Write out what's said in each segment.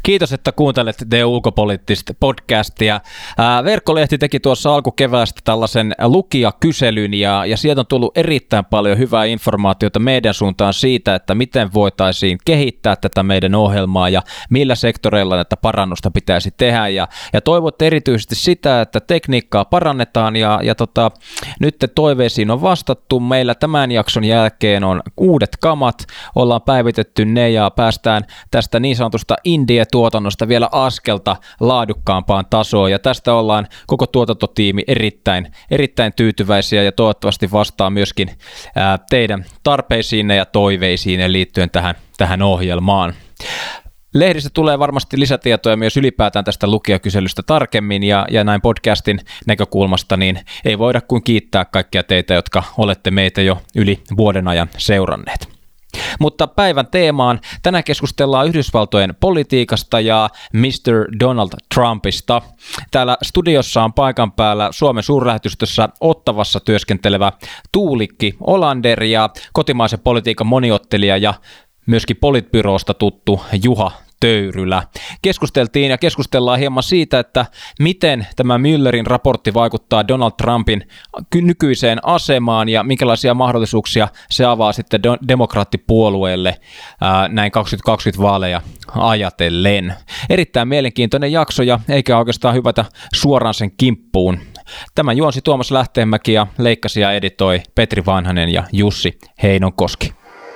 Kiitos, että kuuntelet The Ulkopoliittista podcastia. Verkkolehti teki tuossa alkukeväästä tällaisen lukijakyselyn ja sieltä on tullut erittäin paljon hyvää informaatiota meidän suuntaan siitä, että miten voitaisiin kehittää tätä meidän ohjelmaa ja millä sektoreilla näitä parannusta pitäisi tehdä. Ja toivotte erityisesti sitä, että tekniikkaa parannetaan ja nyt toiveisiin on vastattu. Meillä tämän jakson jälkeen on uudet kamat, ollaan päivitetty ne ja päästään tästä niin sanotusta indie-tuotannosta vielä askelta laadukkaampaan tasoon, ja tästä ollaan koko tuotantotiimi erittäin tyytyväisiä ja toivottavasti vastaa myöskin teidän tarpeisiinne ja toiveisiin liittyen tähän ohjelmaan. Lehdissä tulee varmasti lisätietoja myös ylipäätään tästä lukijakyselystä tarkemmin, ja näin podcastin näkökulmasta niin ei voida kuin kiittää kaikkia teitä, jotka olette meitä jo yli vuoden ajan seuranneet. Mutta päivän teemaan tänään keskustellaan Yhdysvaltojen politiikasta ja Mr. Donald Trumpista. Täällä studiossa on paikan päällä Suomen suurlähetystössä Ottawassa työskentelevä Tuulikki Olander ja kotimaisen politiikan moniottelija ja myöskin politbyroosta tuttu Juha Töyrylä. Keskusteltiin ja keskustellaan hieman siitä, että miten tämä Muellerin raportti vaikuttaa Donald Trumpin nykyiseen asemaan ja minkälaisia mahdollisuuksia se avaa sitten demokraattipuolueelle näin 2020 vaaleja ajatellen. Erittäin mielenkiintoinen jakso ja eikä oikeastaan hyvätä suoraan sen kimppuun. Tämän juonsi Tuomas Lähteenmäki ja leikkasi ja editoi Petri Vanhanen ja Jussi Heinonkoski.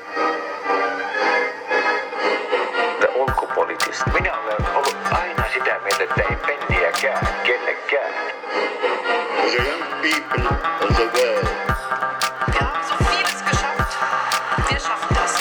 Minä olen ollut aina sitä mieltä, että ei penniäkään kellekään. For the young people of the world. Wir haben so vieles geschafft. Wir schaffen das.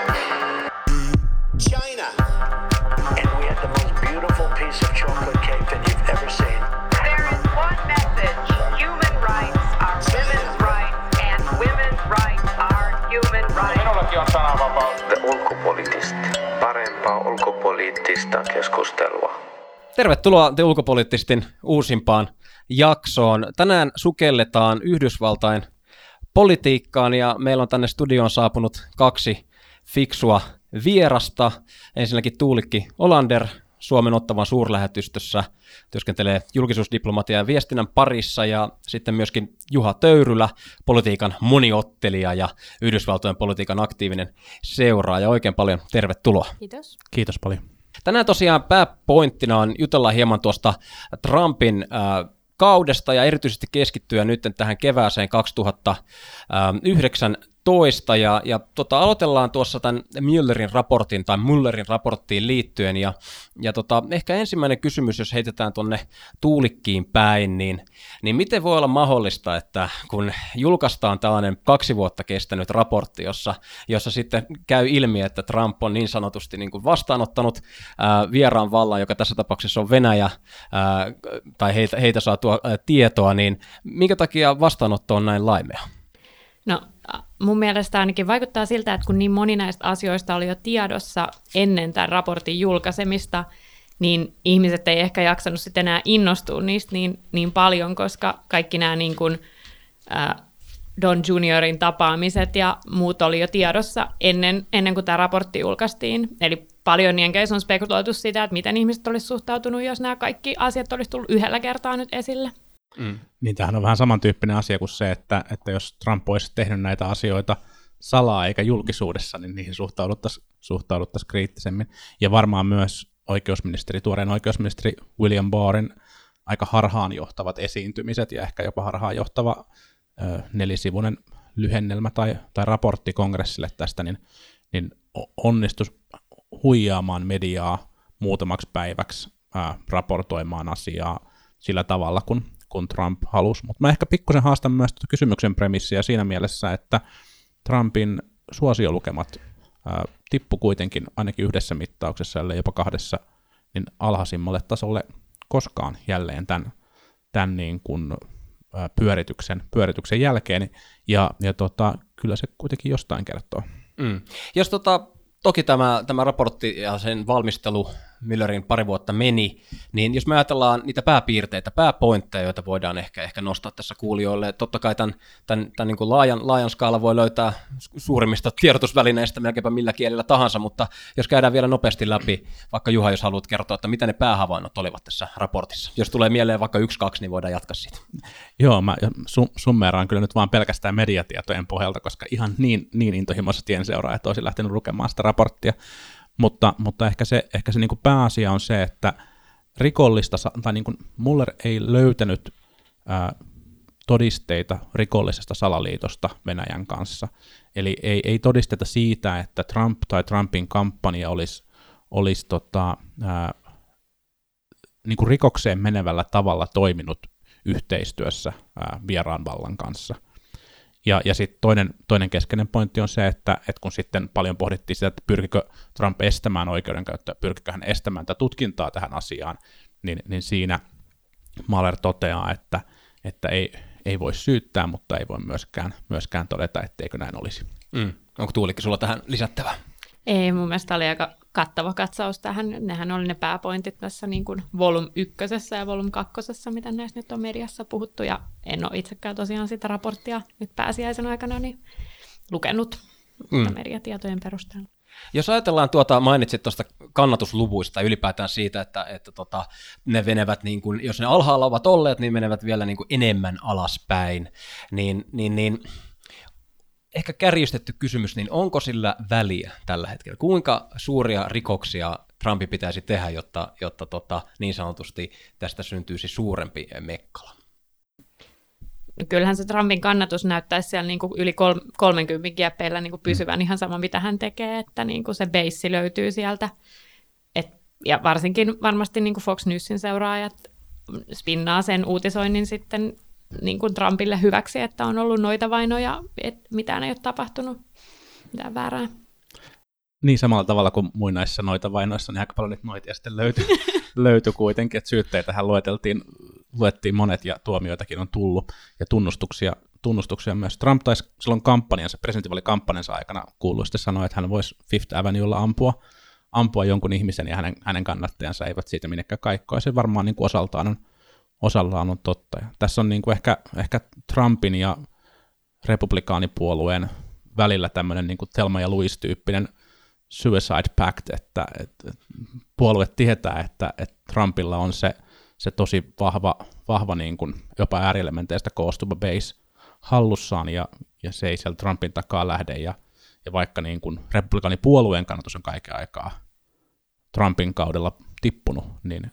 China. And we had the most beautiful piece of chocolate cake that you've ever seen. There is one message. Human rights are women's rights and women's rights are human rights. Minullakin on sananvapaus. The ulkopoliittista. Parempaa ulkopoliittista keskustelua. Tervetuloa The Ulkopoliittistin uusimpaan jaksoon. Tänään sukelletaan Yhdysvaltain politiikkaan ja meillä on tänne studioon saapunut kaksi fiksua vierasta. Ensinnäkin Tuulikki Olander Suomen Ottawan suurlähetystössä, työskentelee julkisuusdiplomatian ja viestinnän parissa, ja sitten myöskin Juha Töyrylä, politiikan moniottelija ja Yhdysvaltojen politiikan aktiivinen seuraaja. Oikein paljon tervetuloa. Kiitos. Kiitos paljon. Tänään tosiaan pääpointtina on jutella hieman tuosta Trumpin kaudesta ja erityisesti keskittyä nyt tähän kevääseen 2019 ja aloitellaan tuossa tämän Muellerin raporttiin liittyen ja ehkä ensimmäinen kysymys, jos heitetään tuonne Tuulikkiin päin, niin miten voi olla mahdollista, että kun julkaistaan tällainen 2 vuotta kestänyt raportti, jossa sitten käy ilmi, että Trump on niin sanotusti niin kuin vastaanottanut vieraan vallan, joka tässä tapauksessa on Venäjä, tai heitä saatua tietoa, niin minkä takia vastaanotto on näin laimea? No mun mielestä ainakin vaikuttaa siltä, että kun niin moni näistä asioista oli jo tiedossa ennen tämän raportin julkaisemista, niin ihmiset ei ehkä jaksanut sitten enää innostua niistä niin paljon, koska kaikki nämä niin kuin, Don Juniorin tapaamiset ja muut oli jo tiedossa ennen kuin tämä raportti julkaistiin. Eli paljon jenkeissä on spekuloitu sitä, että miten ihmiset olisi suhtautunut, jos nämä kaikki asiat olisi tullut yhdellä kertaa nyt esille. Niin tämähän on vähän samantyyppinen asia kuin se, että jos Trump olisi tehnyt näitä asioita salaa eikä julkisuudessa, niin niihin suhtauduttaisiin kriittisemmin. Ja varmaan myös tuoreen oikeusministeri William Barrin aika harhaanjohtavat esiintymiset ja ehkä jopa harhaanjohtava 4-sivuinen lyhennelmä tai raportti kongressille tästä, niin onnistus huijaamaan mediaa muutamaksi päiväksi raportoimaan asiaa sillä tavalla, kun Trump halusi. Mutta mä ehkä pikkusen haastan myös kysymyksen premissiä siinä mielessä, että Trumpin suosiolukemat tippu kuitenkin ainakin yhdessä mittauksessa, ellei jopa 2, niin alhaisimmalle tasolle koskaan jälleen tämän niin kuin pyörityksen jälkeen, ja kyllä se kuitenkin jostain kertoo. Jos toki tämä raportti ja sen valmistelu Müllerin pari vuotta meni, niin jos me ajatellaan niitä pääpiirteitä, pääpointteja, joita voidaan ehkä nostaa tässä kuulijoille, totta kai tämän niin kuin laajan skaalan voi löytää suurimmista tiedotusvälineistä melkeinpä millä kielellä tahansa, mutta jos käydään vielä nopeasti läpi, vaikka Juha, jos haluat kertoa, että mitä ne päähavainnot olivat tässä raportissa. Jos tulee mieleen vaikka 1-2, niin voidaan jatkaa siitä. Joo, mä summeeraan kyllä nyt vaan pelkästään mediatietojen pohjalta, koska ihan niin intohimoissa tienseuraajat olisin lähtenyt lukemaan sitä raporttia. Mutta ehkä se niin kuin pääasia on se, että rikollista, tai niin kuin Mueller ei löytänyt todisteita rikollisesta salaliitosta Venäjän kanssa. Eli ei todisteta siitä, että Trump tai Trumpin kampanja olisi niin kuin rikokseen menevällä tavalla toiminut yhteistyössä vieraan vallan kanssa. Ja sitten toinen keskeinen pointti on se, että kun sitten paljon pohdittiin sitä, että pyrkikö Trump estämään oikeudenkäyttöä, pyrkikö hän estämään tätä tutkintaa tähän asiaan, niin siinä Mueller toteaa, että ei voi syyttää, mutta ei voi myöskään todeta, etteikö näin olisi. Onko Tuulikki sulla tähän lisättävää? Ei, mun mielestä oli aika kattava katsaus tähän. Nehän oli ne pääpointit tässä niin kuin Volume 1 ja Volume 2, mitä näistä nyt on mediassa puhuttu, ja en ole itsekään tosiaan sitä raporttia nyt pääsiäisen aikana niin lukenut mediatietojen perusteella. Jos ajatellaan, mainitsit tuosta kannatusluvuista ylipäätään siitä, että ne menevät, niin kuin, jos ne alhaalla ovat olleet, niin menevät vielä niin kuin enemmän alaspäin, niin ehkä kärjistetty kysymys, niin onko sillä väliä tällä hetkellä? Kuinka suuria rikoksia Trumpin pitäisi tehdä, jotta niin sanotusti tästä syntyisi suurempi mekkala? Kyllähän se Trumpin kannatus näyttäisi siellä niin kuin yli 30 kieppeillä niin kuin pysyvän ihan sama, mitä hän tekee, että niin kuin se beissi löytyy sieltä. Ja varsinkin varmasti niin kuin Fox Newsin seuraajat spinnaa sen uutisoinnin sitten niin kuin Trumpille hyväksi, että on ollut noita vainoja, että mitään ei ole tapahtunut, mitään väärää. Niin samalla tavalla kuin muinaisissa noita vainoissa, niin aika paljon niitä noitia sitten löytyi kuitenkin, että syytteitähän luettiin monet ja tuomioitakin on tullut ja tunnustuksia myös. Trump taisi silloin presidentinvaalikampanjansa aikana kuuluisesti sanoa, että hän voisi Fifth Avenuella ampua jonkun ihmisen ja hänen kannattajansa eivät siitä minnekään kaikkoa. Se varmaan niin kuin osallaan on totta. Ja tässä on niin kuin ehkä Trumpin ja republikaanipuolueen välillä tämmöinen niin kuin Thelma ja Louise-tyyppinen suicide pact, että puolue tietää, että Trumpilla on se tosi vahva niin kuin jopa äärielementeistä koostuva base hallussaan, ja se ei siellä Trumpin takaa lähde, ja vaikka niin kuin republikaanipuolueen kannatus on kaiken aikaa Trumpin kaudella tippunut, niin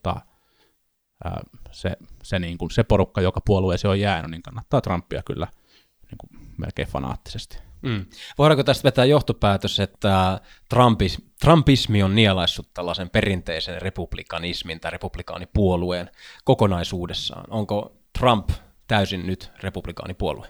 se porukka, joka puolueeseen on jäänyt, niin kannattaa Trumpia kyllä niin kuin melkein fanaattisesti. Voidaanko tästä vetää johtopäätös, että Trumpismi on nielaissut tällaisen perinteisen republikanismin tai republikaanipuolueen kokonaisuudessaan? Onko Trump täysin nyt republikaanipuolue?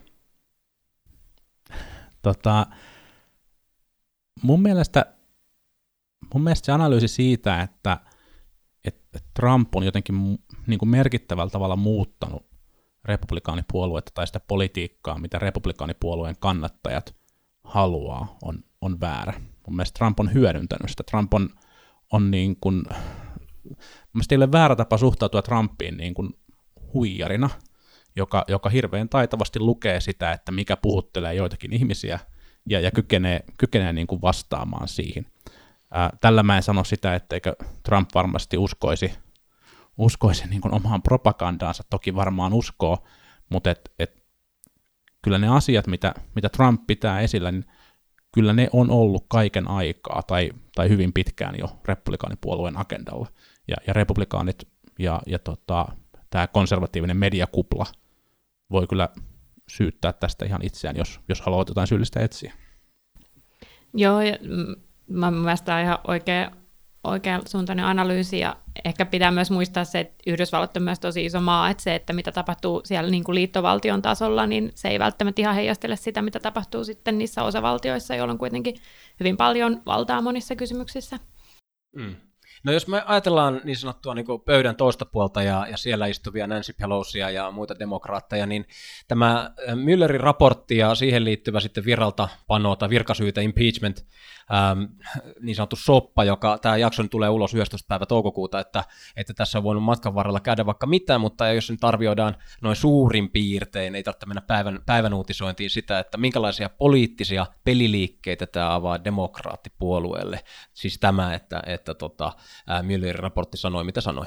Mun mielestä se analyysi siitä, että Trump on jotenkin niin kuin merkittävällä tavalla muuttanut republikaanipuoluetta tai sitä politiikkaa, mitä republikaanipuolueen kannattajat haluaa, on väärä. Mun mielestä Trump on hyödyntänyt sitä. Trump on niin kuin, mun mielestä ei ole väärä tapa suhtautua Trumpiin niin kuin huijarina, joka hirveän taitavasti lukee sitä, että mikä puhuttelee joitakin ihmisiä ja kykenee niin kuin vastaamaan siihen. Tällä mä en sano sitä, etteikö Trump varmasti uskoisi niin kuin omaan propagandaansa, toki varmaan uskoo, mutta kyllä ne asiat, mitä Trump pitää esillä, niin kyllä ne on ollut kaiken aikaa tai hyvin pitkään jo republikaanipuolueen agendalla. Ja republikaanit ja tämä konservatiivinen mediakupla voi kyllä syyttää tästä ihan itseään, jos haluaa jotain syyllistä etsiä. Joo, ja mä mielestäni ihan oikean suuntainen analyysi, ja ehkä pitää myös muistaa se, että Yhdysvallat on myös tosi iso maa, että se, että mitä tapahtuu siellä niin kuin liittovaltion tasolla, niin se ei välttämättä ihan heijastele sitä, mitä tapahtuu sitten niissä osavaltioissa, joilla on kuitenkin hyvin paljon valtaa monissa kysymyksissä. No jos me ajatellaan niin sanottua niin kuin pöydän toista puolta ja siellä istuvia Nancy Pelosia ja muita demokraatteja, niin tämä Müllerin raportti ja siihen liittyvä sitten viraltapano tai virkasyytä impeachment niin sanottu soppa, joka tämä jakso tulee ulos 11. päivä toukokuuta, että tässä on voinut matkan varrella käydä vaikka mitään, mutta jos nyt arvioidaan noin suurin piirtein, ei tarvitse mennä päivän uutisointiin sitä, että minkälaisia poliittisia peliliikkeitä tämä avaa demokraattipuolueelle. Siis tämä, että Müllerin raportti sanoi, mitä sanoi.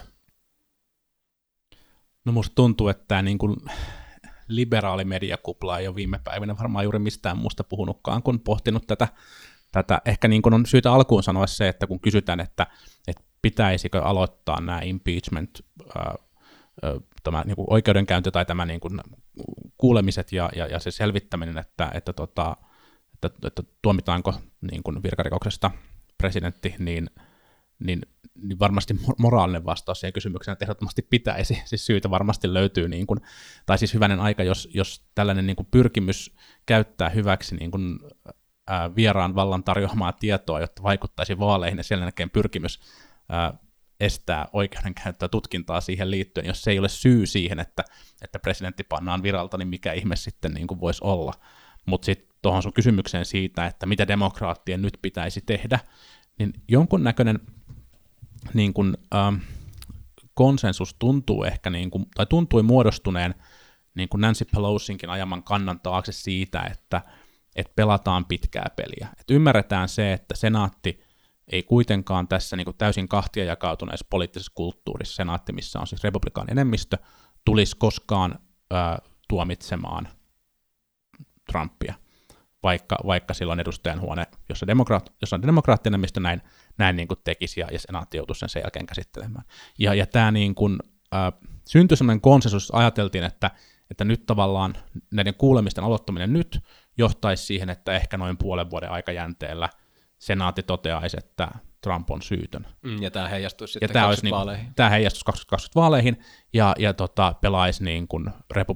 No musta tuntuu, että tämä niin kuin liberaali mediakupla ei ole viime päivinä varmaan juuri mistään muusta puhunutkaan, kun pohtinut tätä. Ehkä niin kuin on syytä alkuun sanoa se, että kun kysytään, että pitäisikö aloittaa nämä impeachment, tämä niin kuin oikeudenkäynti tai tämä niin kuin kuulemiset ja se selvittäminen, että tuomitaanko niin kuin virkarikoksesta presidentti, niin varmasti moraalinen vastaus siihen kysymykseen, että ehdottomasti pitäisi. Siis syytä varmasti löytyy, niin kuin, tai siis hyvänen aika, jos tällainen niin kuin pyrkimys käyttää hyväksi niin kuin, vieraan vallan tarjoamaa tietoa, jotta vaikuttaisi vaaleihin, ja sen jälkeen pyrkimys estää oikeudenkäyttöä tutkintaa siihen liittyen, jos se ei ole syy siihen, että presidentti pannaan viralta, niin mikä ihme sitten niin kuin voisi olla. Mutta sitten tuohon sun kysymykseen siitä, että mitä demokraattien nyt pitäisi tehdä, niin jonkunnäköinen niin kuin, konsensus tuntuu ehkä, niin kuin, tai tuntui muodostuneen niin kuin Nancy Pelosinkin ajaman kannan taakse siitä, että pelataan pitkää peliä. Et ymmärretään se, että senaatti ei kuitenkaan tässä niin kuin täysin kahtia jakautuneessa poliittisessa kulttuurissa, senaatti, missä on siis republikaan enemmistö, tulisi koskaan tuomitsemaan Trumpia, vaikka silloin edustajanhuone, jossa on demokraattienemmistö, näin niin kuin tekisi, ja senaatti joutuisi sen jälkeen käsittelemään. Ja tämä niin kuin, syntyi sellainen konsensus, ajateltiin, että nyt tavallaan näiden kuulemisten aloittaminen nyt johtaisi siihen, että ehkä noin puolen vuoden aikajänteellä senaatti toteaisi, että Trump on syytön. Ja tämä heijastuisi sitten 2020 vaaleihin. Tämä heijastuisi 2020 vaaleihin ja pelaisi niin kuin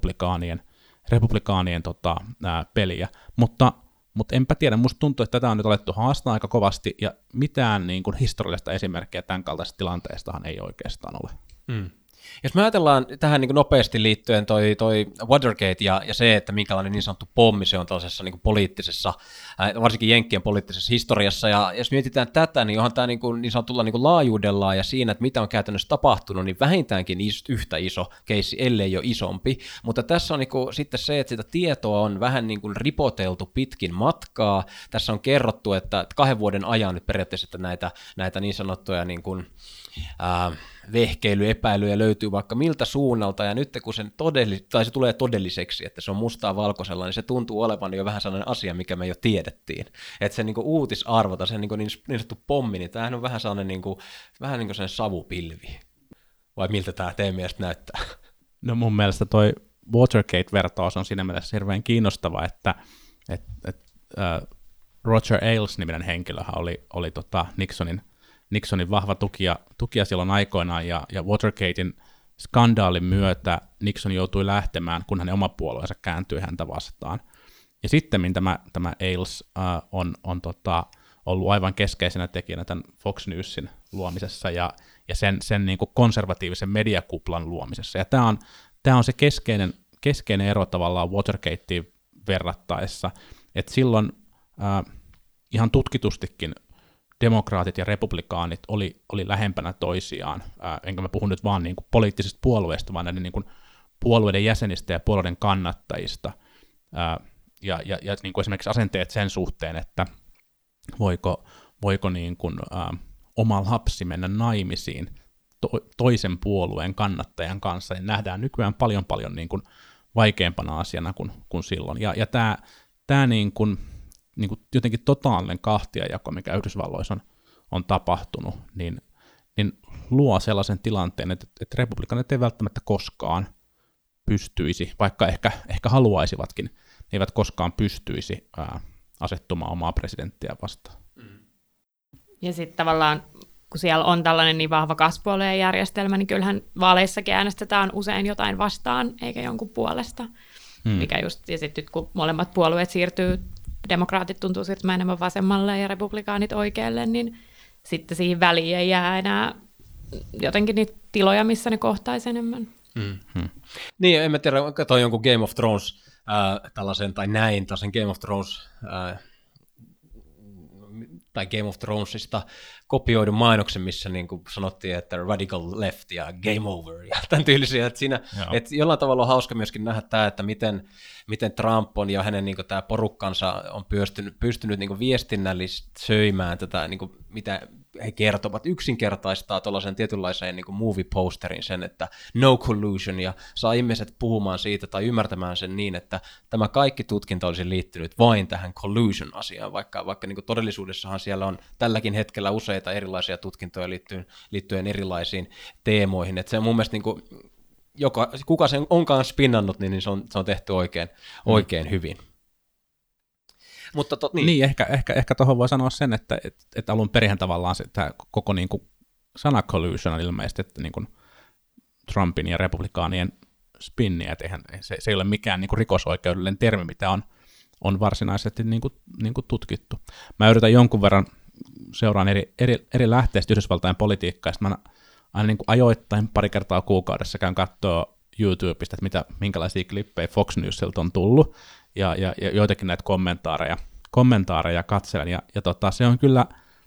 republikaanien peliä. Mutta enpä tiedä, musta tuntuu, että tätä on nyt alettu haastaa aika kovasti, ja mitään niin kuin historiallista esimerkkiä tämän kaltaisesta tilanteestahan ei oikeastaan ole. Jos me ajatellaan tähän niin kuin nopeasti liittyen toi Watergate ja se, että minkälainen niin sanottu pommi se on tällaisessa niin kuin poliittisessa, varsinkin Jenkkien poliittisessa historiassa, ja jos mietitään tätä, niin onhan tämä niin sanotulla niin kuin laajuudellaan ja siinä, että mitä on käytännössä tapahtunut, niin vähintäänkin yhtä iso keissi, ellei jo isompi, mutta tässä on niin kuin sitten se, että sitä tietoa on vähän niin kuin ripoteltu pitkin matkaa. Tässä on kerrottu, että 2 vuoden ajan nyt periaatteessa että näitä niin sanottuja niin kuin, vehkeilyepäilyjä löytyy vaikka miltä suunnalta, ja nyt kun se tulee todelliseksi, että se on mustaa valkoisella, niin se tuntuu olevan jo vähän sellainen asia, mikä me jo tiedettiin. Että se niinku uutisarvo tai se niin sanottu pommi, niin tämähän on vähän sellainen, vähän niin kuin sellainen savupilvi. Vai miltä tämä teidän mielestä näyttää? No mun mielestä toi Watergate-vertaus on siinä mielessä hirveän kiinnostava, että Roger Ailes-niminen henkilöhän oli Nixonin vahva tukija silloin aikoinaan, ja Watergatein skandaalin myötä Nixon joutui lähtemään, kun hänen oma puolueensa kääntyi häntä vastaan. Ja sitten tämä Ailes on ollut aivan keskeisenä tekijänä tämän Fox Newsin luomisessa ja sen niin kuin konservatiivisen mediakuplan luomisessa. Ja tämä on se keskeinen ero tavallaan Watergateen verrattaessa, että silloin ihan tutkitustikin demokraatit ja republikaanit oli lähempänä toisiaan, enkä mä puhu nyt vaan niin kuin poliittisista puolueista, vaan näiden niin kuin puolueiden jäsenistä ja puolueiden kannattajista, ja niin kuin esimerkiksi asenteet sen suhteen, että voiko niin kuin, oma lapsi mennä naimisiin toisen puolueen kannattajan kanssa, niin nähdään nykyään paljon niin kuin vaikeampana asiana kuin silloin, ja tämä niin kuin jotenkin totaalinen kahtiajako, mikä Yhdysvalloissa on tapahtunut, niin luo sellaisen tilanteen, että republikaanit ei välttämättä koskaan pystyisi, vaikka ehkä haluaisivatkin, ne eivät koskaan pystyisi asettumaan omaa presidenttiä vastaan. Ja sitten tavallaan, kun siellä on tällainen niin vahva kasvupuolueen järjestelmä, niin kyllähän vaaleissakin äänestetään usein jotain vastaan, eikä jonkun puolesta. Mikä just, ja sitten kun molemmat puolueet demokraatit tuntuu siirtymään enemmän vasemmalle ja republikaanit oikealle, niin sitten siihen väliin ei jää enää jotenkin niitä tiloja, missä ne kohtaisi enemmän. Niin, en mä tiedä, katsoin jonkun Game of Thrones tällaisen Game of Thrones tai Game of Thronesista kopioidun mainoksen, missä niin kuin sanottiin, että radical left ja game over ja tämän tyylisiä. Että siinä, että jollain tavalla on hauska myöskin nähdä tämä, että miten Trump on ja hänen niin kuin, tämä porukkansa on pystynyt niin kuin viestinnällisesti söimään tätä, niin kuin, mitä he kertovat, yksinkertaistaa tuollaisen tietynlaiseen niin kuin movie-posterin sen, että no collusion, ja saa ihmiset puhumaan siitä tai ymmärtämään sen niin, että tämä kaikki tutkinta olisi liittynyt vain tähän collusion-asiaan, vaikka niin kuin todellisuudessahan siellä on tälläkin hetkellä useita erilaisia tutkintoja liittyen erilaisiin teemoihin, että se on mun mielestä niin kuin, kuka sen onkaan spinnannut, niin se on tehty oikein hyvin. Mutta niin ehkä tuohon voi sanoa sen, että alun perin tavallaan tämä koko niin kuin sana collusion on ilmeisesti, että niin kuin Trumpin ja republikaanien spinniä, että se ei ole mikään niin kuin rikosoikeudellinen termi, mitä on varsinaisesti niin kuin tutkittu. Mä yritän jonkun verran seuraan eri lähteistä Yhdysvaltain politiikkaa, ja mä aina niin kuin ajoittain pari kertaa kuukaudessa käyn katsoa YouTubesta, että minkälaisia klippejä Fox Newsilta on tullut, ja joitakin näitä kommentaareja katselen, ja se on kyllä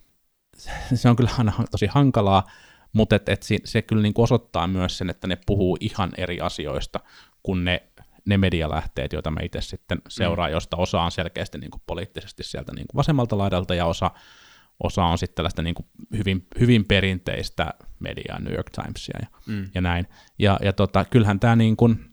aina tosi hankalaa, mutta se kyllä niin kuin osoittaa myös sen, että ne puhuu ihan eri asioista kuin ne medialähteet, joita mä itse sitten seuraan, josta osa on selkeästi niin kuin poliittisesti sieltä niin kuin vasemmalta laidalta, ja osa on sitten tällaista niin kuin hyvin perinteistä mediaa, New York Timesia ja näin. Ja kyllähän tämä niin kuin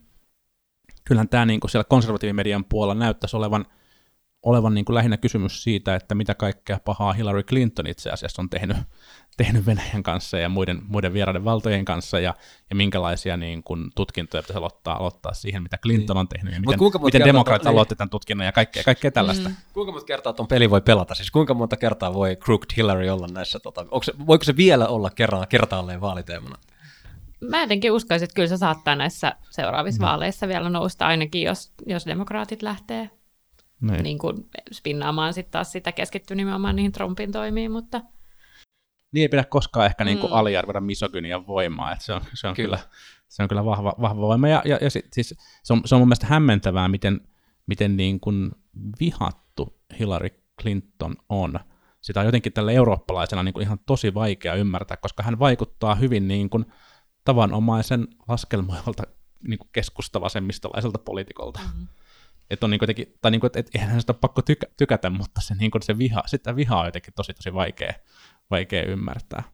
siellä konservatiivin median puolella näyttäisi olevan niin kuin lähinnä kysymys siitä, että mitä kaikkea pahaa Hillary Clinton itse asiassa on tehnyt Venäjän kanssa ja muiden vieraiden valtojen kanssa, ja minkälaisia niin kuin tutkintoja pitäisi aloittaa siihen, mitä Clinton on tehnyt, ja miten demokraatit aloitti tämän tutkinnon, ja kaikkea tällaista. Kuinka monta kertaa tuon peli voi pelata? Siis kuinka monta kertaa voi Crooked Hillary olla näissä? Voiko se vielä olla kertaalleen vaaliteemana? Mä jotenkin uskoisin, että kyllä se saattaa näissä seuraavissa vaaleissa vielä nousta, ainakin jos demokraatit lähtee niin kuin spinnaamaan sitten taas sitä, keskittyy nimenomaan niihin Trumpin toimiin, mutta niin ei pidä koskaan ehkä niin kuin aliarvioida misogynian voimaa, että se on kyllä vahva voima, ja siis se on mun mielestä hämmentävää, miten niin kuin vihattu Hillary Clinton on. Sitä on jotenkin tällä eurooppalaisena niin kuin ihan tosi vaikea ymmärtää, koska hän vaikuttaa hyvin niin kuin tavanomaisen laskelmoivalta niin kuin keskustavasemmistolaiselta poliitikolta. Että on niin kuin tai niin kuin, että eihän sitä ole pakko tykätä, mutta se, niin kuin se sitä vihaa on jotenkin tosi vaikea ymmärtää.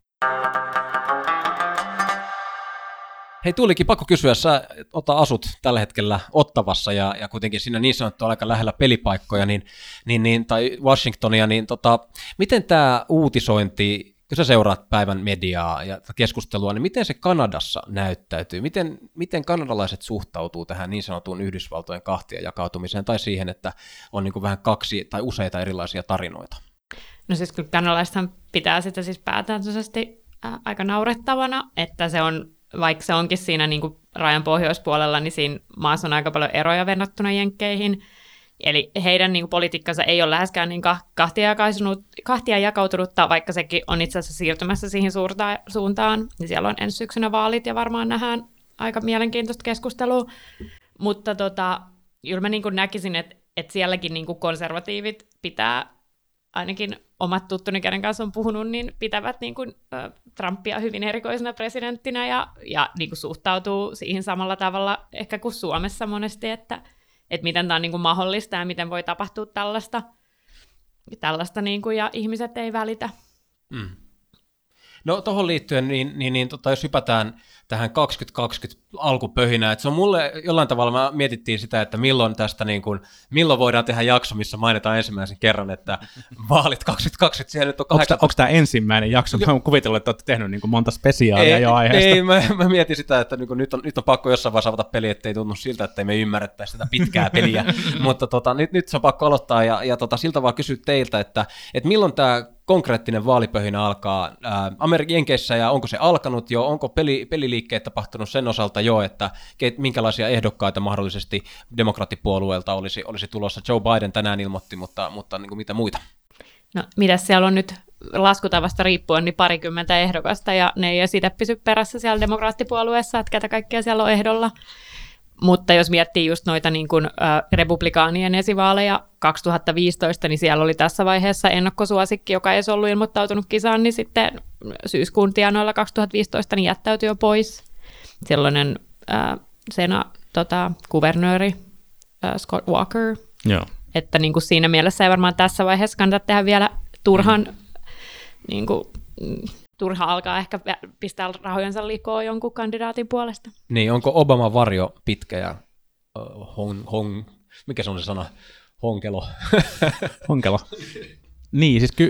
Hei, tulikin pakko kysyä, sä asut tällä hetkellä Ottavassa ja kuitenkin siinä niin sanottu aika lähellä pelipaikkoja tai Washingtonia, niin miten tämä uutisointi, kun sä seuraat päivän mediaa ja keskustelua, niin miten se Kanadassa näyttäytyy? Miten kanadalaiset suhtautuu tähän niin sanottuun Yhdysvaltojen kahtia jakautumiseen tai siihen, että on niin kuin vähän kaksi tai useita erilaisia tarinoita? No siis kyllä kanadalaisethan pitää sitä siis päätääntöisesti aika naurettavana, että se on, vaikka se onkin siinä niin kuin rajan pohjoispuolella, niin siinä maassa on aika paljon eroja verrattuna jenkkeihin. Eli heidän niin kuin politiikkansa ei ole läheskään niin kahtia jakautunutta, vaikka sekin on itse asiassa siirtymässä siihen suuntaan. Niin siellä on ensi syksynä vaalit ja varmaan nähdään aika mielenkiintoista keskustelua. Mutta kyllä mä niin kuin näkisin, että sielläkin niin kuin konservatiivit pitää, ainakin omat tuttuni, kenen kanssa on puhunut, niin pitävät niin kuin Trumpia hyvin erikoisena presidenttinä ja niin kuin suhtautuu siihen samalla tavalla ehkä kuin Suomessa monesti, että miten tämä on niin kuin mahdollista ja miten voi tapahtua tällaista niin kuin, ja ihmiset ei välitä. No tuohon liittyen, jos hypätään tähän 2020 alkupöhinään, että se on mulle jollain tavalla, mietittiin sitä, että milloin voidaan tehdä jakso, missä mainitaan ensimmäisen kerran, että vaalit 2020, siellä nyt on 8... Onko tämä ensimmäinen jakso? Mä oon kuvitellut, että olette tehnyt niin kuin monta spesiaalia jo aiheesta. Ei, mä mietin sitä, että nyt on pakko jossain vaiheessa avata peli, ettei tunnu siltä, että me ymmärrettäisi sitä pitkää peliä, mutta nyt se on pakko aloittaa, ja siltä vaan kysyä teiltä, että milloin tämä konkreettinen vaalipöhinä alkaa Amerikan Jenkeissä, ja onko se alkanut jo, onko peliliikkeet tapahtunut sen osalta jo, että minkälaisia ehdokkaita mahdollisesti demokraattipuolueelta olisi tulossa. Joe Biden tänään ilmoitti, mutta niin kuin mitä muita? No, mitäs siellä on nyt laskutavasta riippuen, niin 20 ehdokasta, ja ne ei siitä pysy perässä siellä demokraattipuolueessa, että ketä kaikkea siellä on ehdolla. Mutta jos miettii just noita niin kuin, republikaanien esivaaleja 2015, niin siellä oli tässä vaiheessa ennakkosuosikki, joka ei edes ollut ilmoittautunut kisaan, niin sitten syyskuun tienoilla 2015 niin jättäytyi jo pois. Silloinen kuvernööri Scott Walker. Joo. Että niin kuin siinä mielessä ei varmaan tässä vaiheessa kannata tehdä vielä niin kuin, turha alkaa ehkä pistää rahojensa likoon jonkun kandidaatin puolesta. Niin, onko Obaman varjo pitkä ja mikä se on se sana? Honkelo. Honkelo. Niin, siis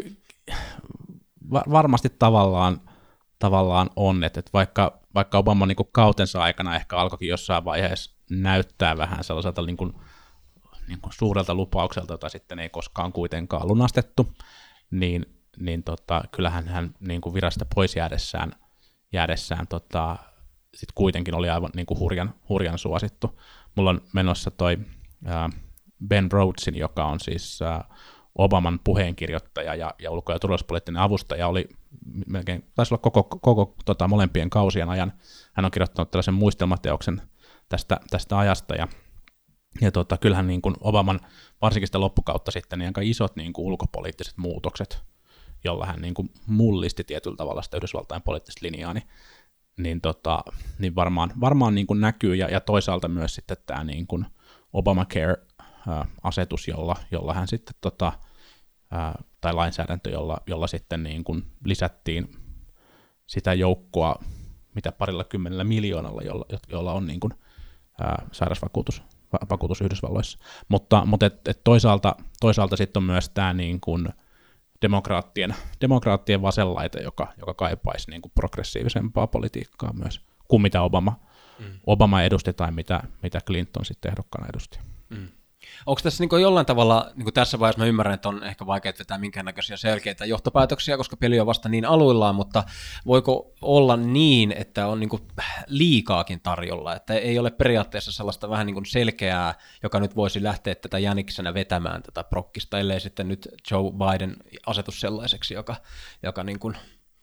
varmasti tavallaan on, että vaikka Obama niin kuin kautensa aikana ehkä alkoikin jossain vaiheessa näyttää vähän sellaiselta niin kuin suurelta lupaukselta, jota sitten ei koskaan kuitenkaan lunastettu, niin kyllähän hän niin kuin virasta pois jäädessään sit kuitenkin oli aivan niin kuin hurjan suosittu. Mulla on menossa toi Ben Rhodesin, joka on siis Obaman puheenkirjoittaja ja ulko- ja turvallisuuspoliittinen avustaja, oli melkein, taisi olla koko molempien kausien ajan. Hän on kirjoittanut tällaisen muistelmateoksen tästä ajasta, ja kyllähän niin kuin Obaman varsinkin sitä loppukautta sitten niin aika isot niin kuin ulkopoliittiset muutokset, jolla hän niin kuin mullisti tietyllä tavalla sitä Yhdysvaltain poliittista linjaa, niin varmaan niin kuin näkyy, ja toisaalta myös sitten tämä niin kuin Obamacare-asetus, jolla hän sitten tai lainsäädäntö, jolla sitten niin kuin lisättiin sitä joukkoa, mitä 20 miljoonalla, jolla on niin kuin sairausvakuutus Yhdysvalloissa. Mutta toisaalta sitten on myös tämä niin kuin demokraattien vasenlaita, joka kaipaisi niin kuin progressiivisempaa politiikkaa myös kuin mitä Obama edusti tai mitä Clinton sitten ehdokkaana edusti. Onko tässä niin jollain tavalla, niin tässä vaiheessa mä ymmärrän, että on ehkä vaikea vetää minkäännäköisiä selkeitä johtopäätöksiä, koska peli on vasta niin aluillaan, mutta voiko olla niin, että on niin liikaakin tarjolla, että ei ole periaatteessa sellaista vähän niin selkeää, joka nyt voisi lähteä tätä jäniksenä vetämään tätä prokkista, ellei sitten nyt Joe Biden asetus sellaiseksi, joka niin kuin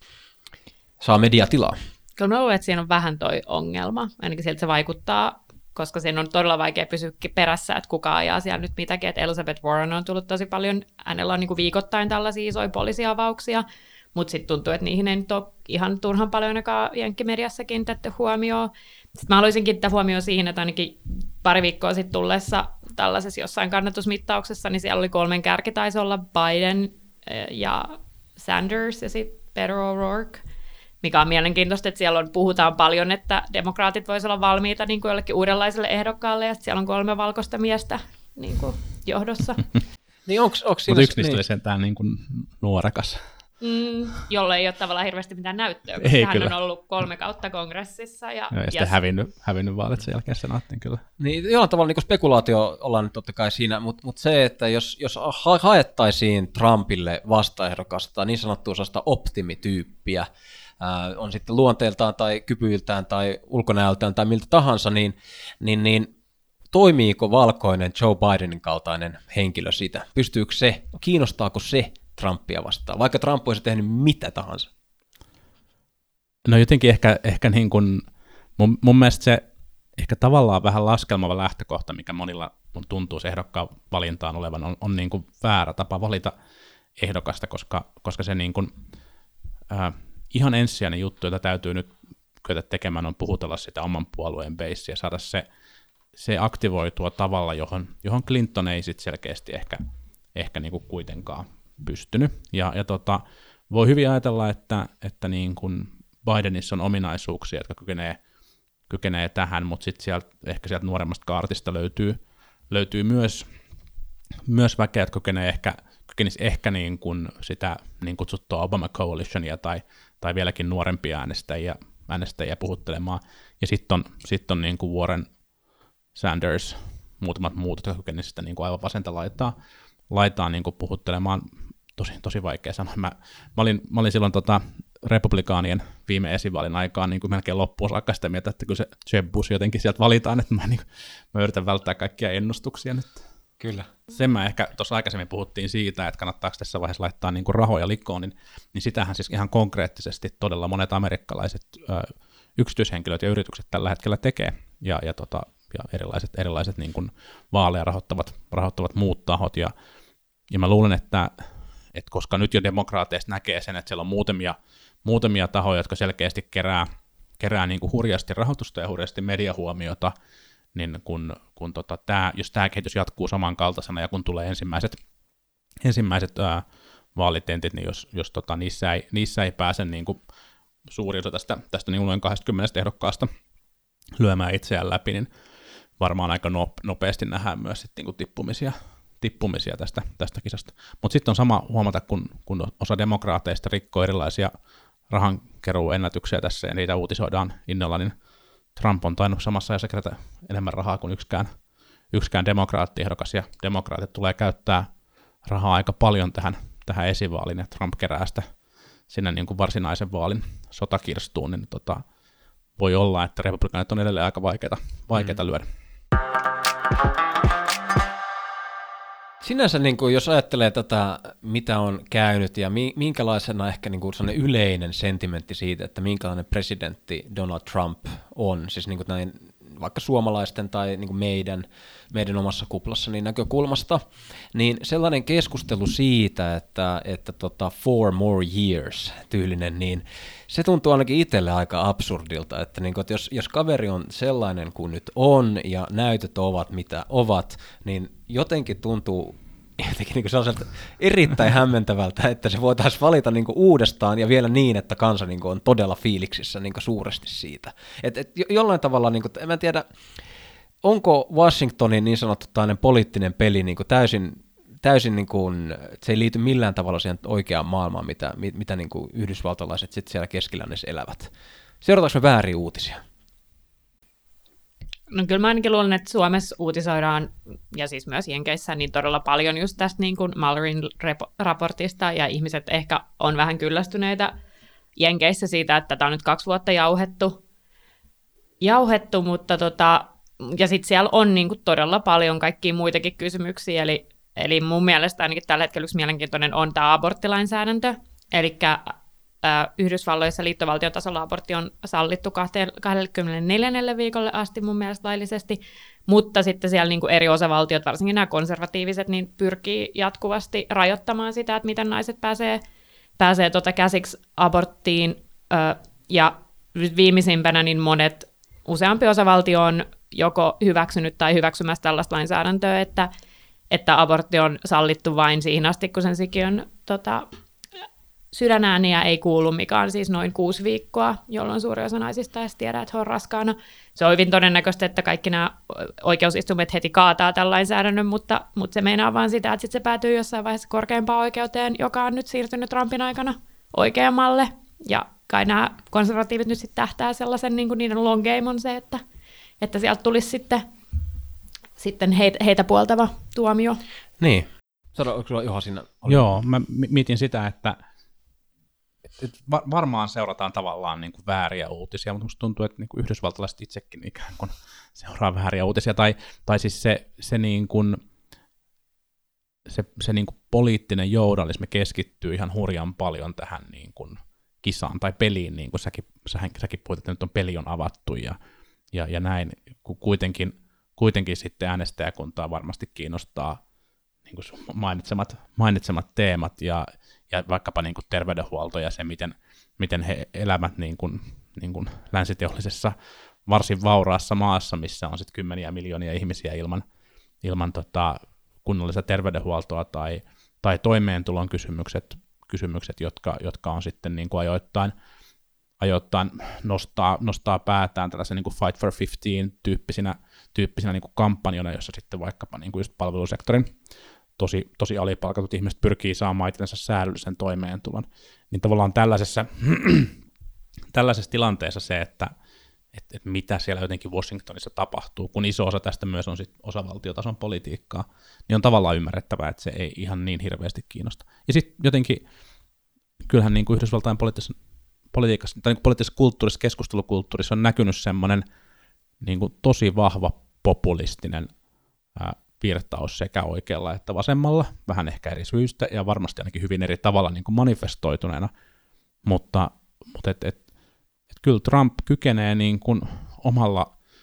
saa mediatilaa? Kyllä mä luulen, että siinä on vähän toi ongelma, ainakin siltä se vaikuttaa, koska siinä on todella vaikea pysyä perässä, että kuka ajaa siellä nyt mitäkin, että Elizabeth Warren on tullut tosi paljon, hänellä on niin kuin viikoittain tällaisia isoja poliisiavauksia, mutta sitten tuntuu, että niihin ei nyt ole ihan turhan paljon ainakaan jenkkimediassa kiinnitetty huomioon. Sitten mä haluaisin kiinnittää huomioon siihen, että ainakin pari viikkoa sitten tulleessa tällaisessa jossain kannatusmittauksessa, niin siellä oli 3 kärki, taisi olla Biden ja Sanders ja sitten Beto O'Rourke, mikä on mielenkiintoista, että siellä puhutaan paljon, että demokraatit voisivat olla valmiita niin kuin jollekin uudenlaiselle ehdokkaalle, ja sitten siellä on 3 valkoista miestä niin kuin johdossa. Niin onko siinä... Mutta yksi niistä oli sentään niin kuin nuorekas. Jolle ei ole tavallaan hirveästi mitään näyttöä, koska hän on ollut 3 kautta kongressissa. Ja sitten hävinnyt vaalit sen jälkeen senaattiin kyllä. Niin, jollain tavalla niin spekulaatio ollaan nyt totta kai siinä, mutta se, että jos haettaisiin Trumpille vastaehdokasta, niin sanottua sellaista optimityyppiä, on sitten luonteeltaan tai kyvyiltään tai ulkonäöltään tai miltä tahansa, niin toimiiko valkoinen Joe Bidenin kaltainen henkilö sitä? Pystyykö se, kiinnostaako se Trumpia vastaan, vaikka Trump olisi tehnyt mitä tahansa? No jotenkin ehkä niin kuin, mun mielestä se ehkä tavallaan vähän laskelmava lähtökohta, mikä monilla tuntuu se ehdokkaan valintaan olevan, on niin kuin väärä tapa valita ehdokasta, koska se niin kuin, ihan ensisijainen juttu, jota täytyy nyt kyetä tekemään, on puhutella sitä oman puolueen beissiä ja saada se aktivoitua tavalla, johon Clinton ei sit selkeästi ehkä niinku kuitenkaan pystynyt. Ja voi hyvin ajatella, että niin kun Bidenissa on ominaisuuksia, jotka kykenee tähän, mutta sitten ehkä sieltä nuoremmasta kaartista löytyy myös väkeä, jotka kykenisi ehkä niin kuin sitä niin kutsuttua Obama Coalitionia tai vieläkin nuorempia äänestäjiä puhuttelemaan. Ja sitten on niin kuin Warren, Sanders, muutamat muut, jotka kykenisivät sitä niin kuin aivan vasenta laitaa niin kuin puhuttelemaan. Tosi vaikea sanoa. Mä olin silloin republikaanien viime esivaalin aikaan niin kuin melkein loppuun saakka sitä mieltä, että kun se Jeb Bush jotenkin sieltä valitaan, että mä yritän välttää kaikkia ennustuksia nyt. Kyllä. Sen mä ehkä tuossa aikaisemmin puhuttiin siitä, että kannattaako tässä vaiheessa laittaa niin kuin rahoja likoon, niin sitähän siis ihan konkreettisesti todella monet amerikkalaiset yksityishenkilöt ja yritykset tällä hetkellä tekee. Ja erilaiset niin kuin vaaleja rahoittavat muut tahot, ja mä luulen, että koska nyt jo demokraateista näkee sen, että siellä on muutamia tahoja, jotka selkeästi kerää niin kuin hurjasti rahoitusta ja hurjasti mediahuomiota, niin jos tämä kehitys jatkuu samankaltaisena, ja kun tulee ensimmäiset vaalitentit, niin jos niissä ei pääse niin kuin suuri osa tästä niin noin 20 ehdokkaasta lyömään itseään läpi, niin varmaan aika nopeasti nähdään myös sitten niin tippumisia tästä kisasta. Mutta sitten on sama huomata, kun osa demokraateista rikkoo erilaisia rahankeruuennätyksiä tässä, ja niitä uutisoidaan innolla, niin Trump on tainnut samassa ajassa kerätä enemmän rahaa kuin yksikään demokraattiehdokas, ja demokraatit tulee käyttää rahaa aika paljon tähän esivaaliin, ja Trump kerää sitä sinne niin kuin varsinaisen vaalin sotakirstuun, niin voi olla, että republikaanit on edelleen aika vaikeita lyödä. Sinänsä, niin kuin, jos ajattelee tätä, mitä on käynyt ja minkälaisena ehkä niin kuin sellainen yleinen sentimentti siitä, että minkälainen presidentti Donald Trump on, siis niin kuin näin vaikka suomalaisten tai niin kuin meidän omassa kuplassa niin näkökulmasta, niin sellainen keskustelu siitä, että 4 more years tyylinen, niin se tuntuu ainakin itselle aika absurdilta, että, niin kuin, että jos kaveri on sellainen kuin nyt on ja näytöt ovat mitä ovat, niin jotenkin tuntuu jotenkin niin sellaiselta erittäin hämmentävältä, että se voitaisiin valita niin kuin uudestaan ja vielä niin, että kansa niin kuin on todella fiiliksissä niin kuin suuresti siitä. Jollain tavalla, niin kuin, en tiedä, onko Washingtonin niin sanottu poliittinen peli niin kuin täysin niin kuin, se ei liity millään tavalla siihen oikeaan maailmaan, mitä niin kuin yhdysvaltalaiset sitten siellä keskilännessä elävät. Seurataanko me väärin uutisia? No kyllä mä ainakin luulen, että Suomessa uutisoidaan, ja siis myös Jenkeissä, niin todella paljon just tästä niin kuin Mullerin raportista, ja ihmiset ehkä on vähän kyllästyneitä Jenkeissä siitä, että tätä on nyt 2 vuotta jauhettu, mutta ja sitten siellä on niin kuin todella paljon kaikkia muitakin kysymyksiä, eli mun mielestä ainakin tällä hetkellä yksi mielenkiintoinen on tämä aborttilainsäädäntö, eli Yhdysvalloissa liittovaltiotasolla abortti on sallittu 24 viikolle asti mun mielestä laillisesti, mutta sitten siellä niin kuin eri osavaltiot, varsinkin nämä konservatiiviset, niin pyrkii jatkuvasti rajoittamaan sitä, että miten naiset pääsee käsiksi aborttiin, ja viimeisimpänä niin useampi osavaltio on joko hyväksynyt tai hyväksymässä tällaista lainsäädäntöä, että abortti on sallittu vain siihen asti, kun sen sikiön sydänääniä ei kuulu, mikä on siis noin 6 viikkoa, jolloin suuri osa naisista edes tiedä, että he on raskaana. Se on hyvin todennäköistä, että kaikki nämä oikeusistumet heti kaataa tämän lainsäädännön, mutta se meinaa vaan sitä, että sitten se päätyy jossain vaiheessa korkeimpaan oikeuteen, joka on nyt siirtynyt Trumpin aikana oikeammalle. Ja kai nämä konservatiivit nyt sitten tähtää sellaisen, niin kuin niiden long game on se, että sieltä tulisi sitten heitä puoltava tuomio. Niin. Onko sulla Juha siinä? Joo, mä mietin sitä, että varmaan seurataan tavallaan niin kuin vääriä uutisia, mutta musta tuntuu, että niin kuin yhdysvaltalaiset itsekin ikään kuin seuraa vääriä uutisia, tai siis se niin kuin poliittinen journalismi keskittyy ihan hurjan paljon tähän niin kuin kisaan tai peliin, niin kuin säkin puhuit, että nyt peli on avattu ja näin, kun kuitenkin sitten äänestäjäkuntaa varmasti kiinnostaa niin kuin mainitsemat teemat ja vaikkapa niin kuin terveydenhuolto ja se, miten he elävät niin kuin länsiteollisessa varsin vauraassa maassa, missä on sitten kymmeniä miljoonia ihmisiä ilman kunnollista terveydenhuoltoa tai toimeentulon kysymykset jotka on sitten niin kuin ajoittain nostaa päätään tällaisen niin kuin Fight for 15 tyyppisinä niin kuin kampanjona, jossa sitten vaikkapa niin kuin just palvelusektorin tosi alipalkatut ihmiset pyrkii saamaan itsensä säädyllisen toimeentulon, niin tavallaan tällaisessa tilanteessa se, että mitä siellä jotenkin Washingtonissa tapahtuu, kun iso osa tästä myös on sit osavaltiotason politiikkaa, niin on tavallaan ymmärrettävää, että se ei ihan niin hirveästi kiinnosta. Ja sitten jotenkin, kyllähän niin kuin Yhdysvaltain politiikassa, tai niin kuin poliittisessa kulttuurissa, keskustelukulttuurissa on näkynyt semmoinen niin kuin tosi vahva populistinen virtaus sekä oikealla että vasemmalla, vähän ehkä eri syistä ja varmasti ainakin hyvin eri tavalla niin kuin manifestoituneena, mutta kyllä Trump kykenee niin kuin omalla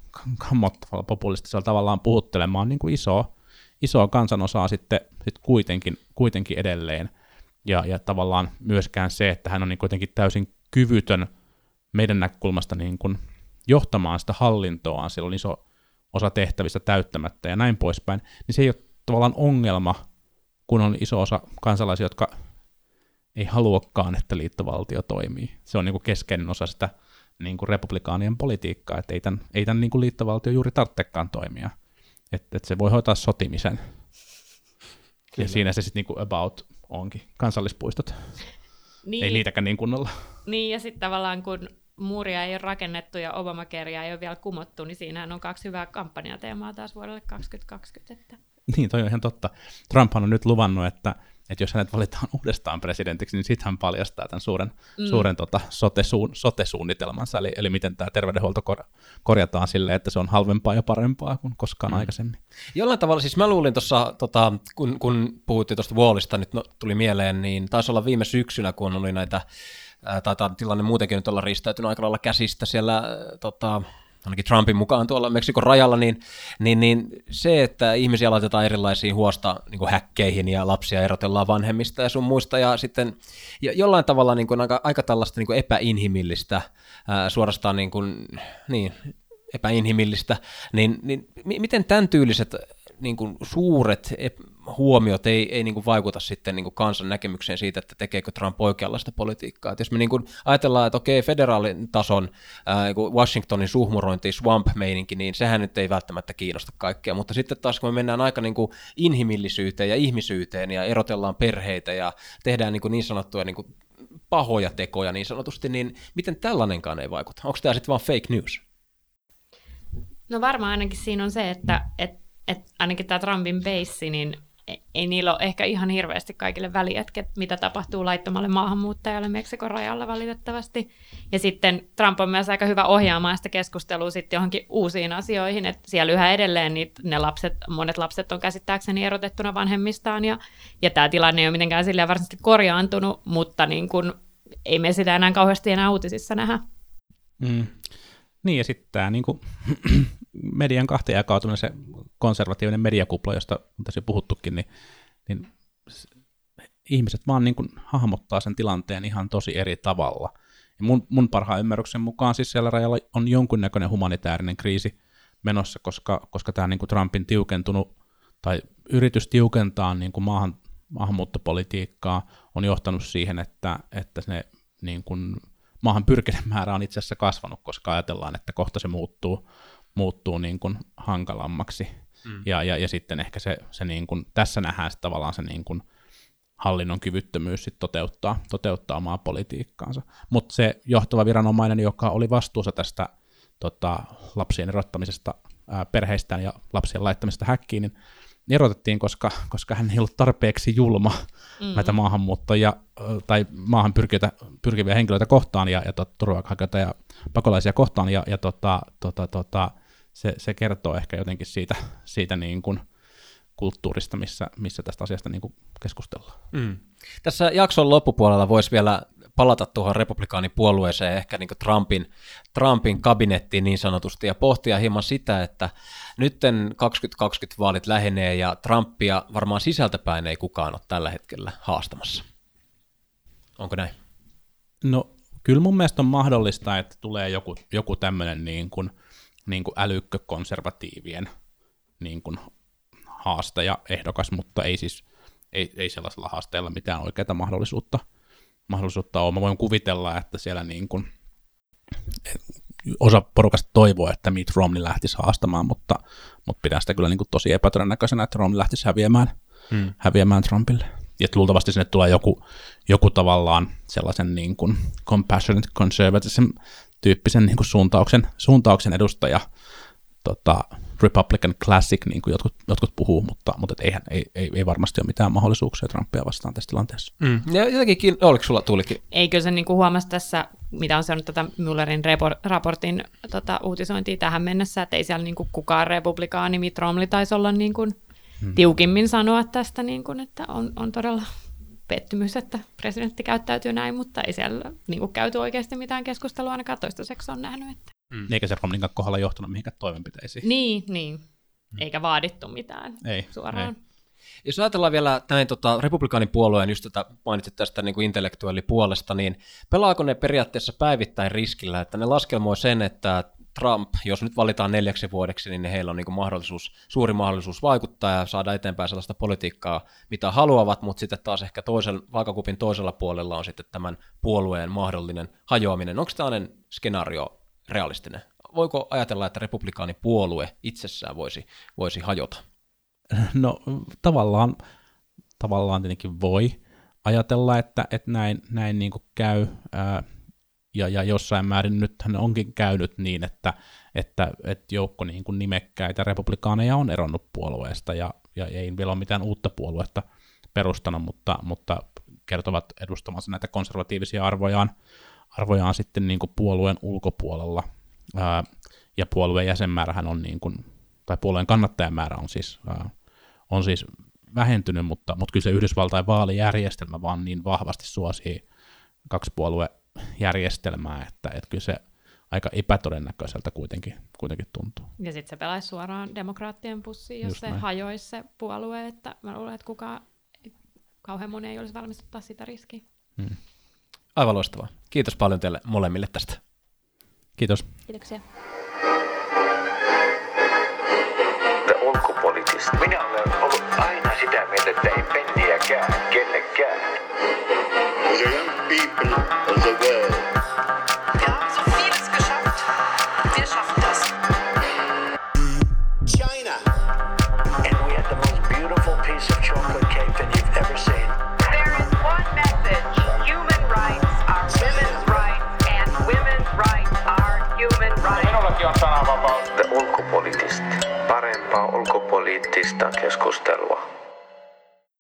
kammottavalla populistisella tavallaan puhuttelemaan niin kuin isoa kansanosaa sitten kuitenkin edelleen. Ja tavallaan myöskään se, että hän on niin kuitenkin täysin kyvytön meidän näkökulmasta niin kuin johtamaan sitä hallintoaan, siellä on iso osa tehtävistä täyttämättä ja näin poispäin, niin se ei ole tavallaan ongelma, kun on iso osa kansalaisia, jotka ei haluakaan, että liittovaltio toimii. Se on niin kuin keskeinen osa sitä niin kuin republikaanien politiikkaa, että ei tämän niin kuin liittovaltio juuri tarvitsekaan toimia. Että se voi hoitaa sotimisen. Kyllä. Ja siinä se sitten niin kuin about onkin. Kansallispuistot. Niin. Ei niitäkään niin kunnolla. Niin, ja sitten tavallaan kun muuria ei ole rakennettu ja Obamacarea ei ole vielä kumottu, niin siinähän on 2 hyvää kampanjateemaa taas vuodelle 2020. Että. Niin, toi on ihan totta. Trumphan on nyt luvannut, että jos hänet valitaan uudestaan presidentiksi, niin sitten hän paljastaa tämän suuren sote-suunnitelmansa, eli miten tämä terveydenhuolto korjataan silleen, että se on halvempaa ja parempaa kuin koskaan aikaisemmin. Jollain tavalla, siis mä luulin tuossa, kun puhuttiin tuosta Wallista, nyt tuli mieleen, niin taisi olla viime syksynä, kun oli näitä, taitaa tilanne muutenkin nyt olla ristäytynyt aika lailla käsistä siellä, ainakin Trumpin mukaan tuolla Meksikon rajalla, niin se, että ihmisiä laitetaan erilaisiin niin kuin häkkeihin ja lapsia erotellaan vanhemmista ja sun muista, ja sitten jollain tavalla niin kuin aika tällaista niin kuin epäinhimillistä, suorastaan epäinhimillistä, niin miten tämän tyyliset niin kuin suuret huomiot ei niin kuin vaikuta sitten niin kuin kansan näkemykseen siitä, että tekeekö Trump oikeanlaista politiikkaa. Et jos me niin kuin ajatellaan, että okei, federaalin tason Washingtonin suhmurointi, swamp-meininki, niin sehän nyt ei välttämättä kiinnosta kaikkea, mutta sitten taas kun me mennään aika niin kuin inhimillisyyteen ja ihmisyyteen ja erotellaan perheitä ja tehdään niin sanottuja niin kuin pahoja tekoja niin sanotusti, niin miten tällainenkaan ei vaikuta? Onko tämä sitten vaan fake news? No varmaan ainakin siinä on se, että ainakin tämä Trumpin base, niin ei niillä ole ehkä ihan hirveästi kaikille väliä, mitä tapahtuu laittomalle maahanmuuttajalle Meksikon rajalla valitettavasti. Ja sitten Trump on myös aika hyvä ohjaamaan sitä keskustelua sitten johonkin uusiin asioihin, että siellä yhä edelleen monet lapset on käsittääkseni erotettuna vanhemmistaan, ja tämä tilanne ei ole mitenkään silleen varsinaisesti korjaantunut, mutta niin kun, ei me sitä enää kauheasti uutisissa nähdä. Niin, ja sitten tämä niinku, median kahtiajakautuminen, se konservatiivinen mediakupla, josta on tässä puhuttukin, niin ihmiset vaan niinku hahmottaa sen tilanteen ihan tosi eri tavalla. Ja mun parhaan ymmärryksen mukaan siis siellä rajalla on jonkunnäköinen humanitaarinen kriisi menossa, koska tämä niinku Trumpin tiukentunut tai yritys tiukentaa niinku maahanmuuttopolitiikkaa on johtanut siihen, että se niinku maahan pyrkinen määrä on itse asiassa kasvanut, koska ajatellaan, että kohta se muuttuu niin kuin hankalammaksi. Ja sitten ehkä se niin kuin, tässä nähdään tavallaan se niin kuin hallinnon kyvyttömyys sit toteuttaa omaa politiikkaansa. Mutta se johtava viranomainen, joka oli vastuussa tästä lapsien erottamisesta perheistään ja lapsien laittamisesta häkkiin, niin erotettiin, koska hän ei ollut tarpeeksi julma näitä maahanmuuttajia tai maahan pyrkiviä henkilöitä kohtaan ja turvapaikanhakijoita ja pakolaisia kohtaan, ja se kertoo ehkä jotenkin siitä niin kuin kulttuurista, missä tästä asiasta niin kuin keskustellaan. Tässä jakson loppupuolella voisi vielä palata tuohon republikaanipuolueeseen, ehkä niin kuin Trumpin kabinettiin niin sanotusti, ja pohtia hieman sitä, että nytten 2020 vaalit lähenee, ja Trumpia varmaan sisältäpäin ei kukaan ole tällä hetkellä haastamassa. Onko näin? No, kyllä mun mielestä on mahdollista, että tulee joku tämmöinen niin kuin älykkökonservatiivien niin kuin haastaja ehdokas, mutta ei sellaisella haasteella mitään oikeaa mahdollisuutta ole. Mä voin kuvitella, että siellä niin kuin osa porukasta toivoo, että Mitt Romney lähtisi haastamaan, mutta pidän sitä kyllä niin kuin tosi epätodennäköisenä, että Romney lähtisi häviämään Trumpille. Ja luultavasti sinne tulee joku tavallaan sellaisen niin kuin compassionate conservatism tyyppisen niin kuin suuntauksen edustaja, Republican Classic, niin kuin jotkut puhuu, mutta ei varmasti ole mitään mahdollisuuksia Trumpia vastaan tässä tilanteessa. Ja jotenkin, oliko sulla Tuulikin? Eikö se niin kuin huomasi tässä, mitä on seurannut tätä Muellerin raportin uutisointia tähän mennessä, että ei siellä niin kuin kukaan republikaani, Mitt Romney taisi olla niin kuin tiukimmin sanoa tästä, niin kuin, että on todella pettymys, että presidentti käyttäytyy näin, mutta ei siellä niin kuin käyty oikeasti mitään keskustelua, ainakaan toistaiseksi on nähnyt. Että. eikä se Romneyn kohdalla johtanut mihinkään toimenpiteisiin. Niin. Eikä vaadittu mitään Ei, suoraan. ei. Jos ajatellaan vielä näin republikaanipuolueen, just tätä mainitsit tästä niin kuin intellektuaalipuolesta, niin pelaako ne periaatteessa päivittäin riskillä, että ne laskelmoi sen, että Trump, jos nyt valitaan 4 vuodeksi, niin heillä on niin kuin suuri mahdollisuus vaikuttaa ja saada eteenpäin sellaista politiikkaa, mitä haluavat, mutta sitten taas ehkä vaakakupin toisella puolella on sitten tämän puolueen mahdollinen hajoaminen. Onko tällainen skenaario realistinen? Voiko ajatella, että republikaanipuolue itsessään voisi hajota? No tavallaan tietenkin voi ajatella, että näin niin kuin käy, ja jossain määrin nythän onkin käynyt niin, että joukko niin kuin nimekkäitä republikaaneja on eronnut puolueesta, ja ei vielä ole mitään uutta puoluetta perustanut, mutta kertovat edustamansa näitä konservatiivisia arvojaan sitten niin kuin puolueen ulkopuolella, ja puolueen jäsenmäärähän on niin kuin, tai puolueen kannattajamäärä on siis vähentynyt, mutta kyllä se Yhdysvaltain vaalijärjestelmä vaan niin vahvasti suosii kaksipuoluejärjestelmää, että kyllä se aika epätodennäköiseltä kuitenkin tuntuu. Ja sitten se pelaisi suoraan demokraattien pussiin, jos Just se näin. hajoisi se puolue, että mä luulen, että kauhean moni ei olisi valmis ottaa sitä riskiä. Aivan loistavaa. Kiitos paljon teille molemmille tästä. Kiitos. Kiitoksia. Ulkopoliittista. Minä olen ollut aina sitä mieltä, että ei penniäkään kellekään. For the young people of the world. Wir haben so vieles geschafft. Wir schaffen das. China. And we had the most beautiful piece of chocolate cake that you've ever seen. There is one message. Human rights are women's rights, and women's rights are human rights. Minullakin on sananvapaus. Ulkopoliittista. Parempaa ulkopoliittista keskustelua.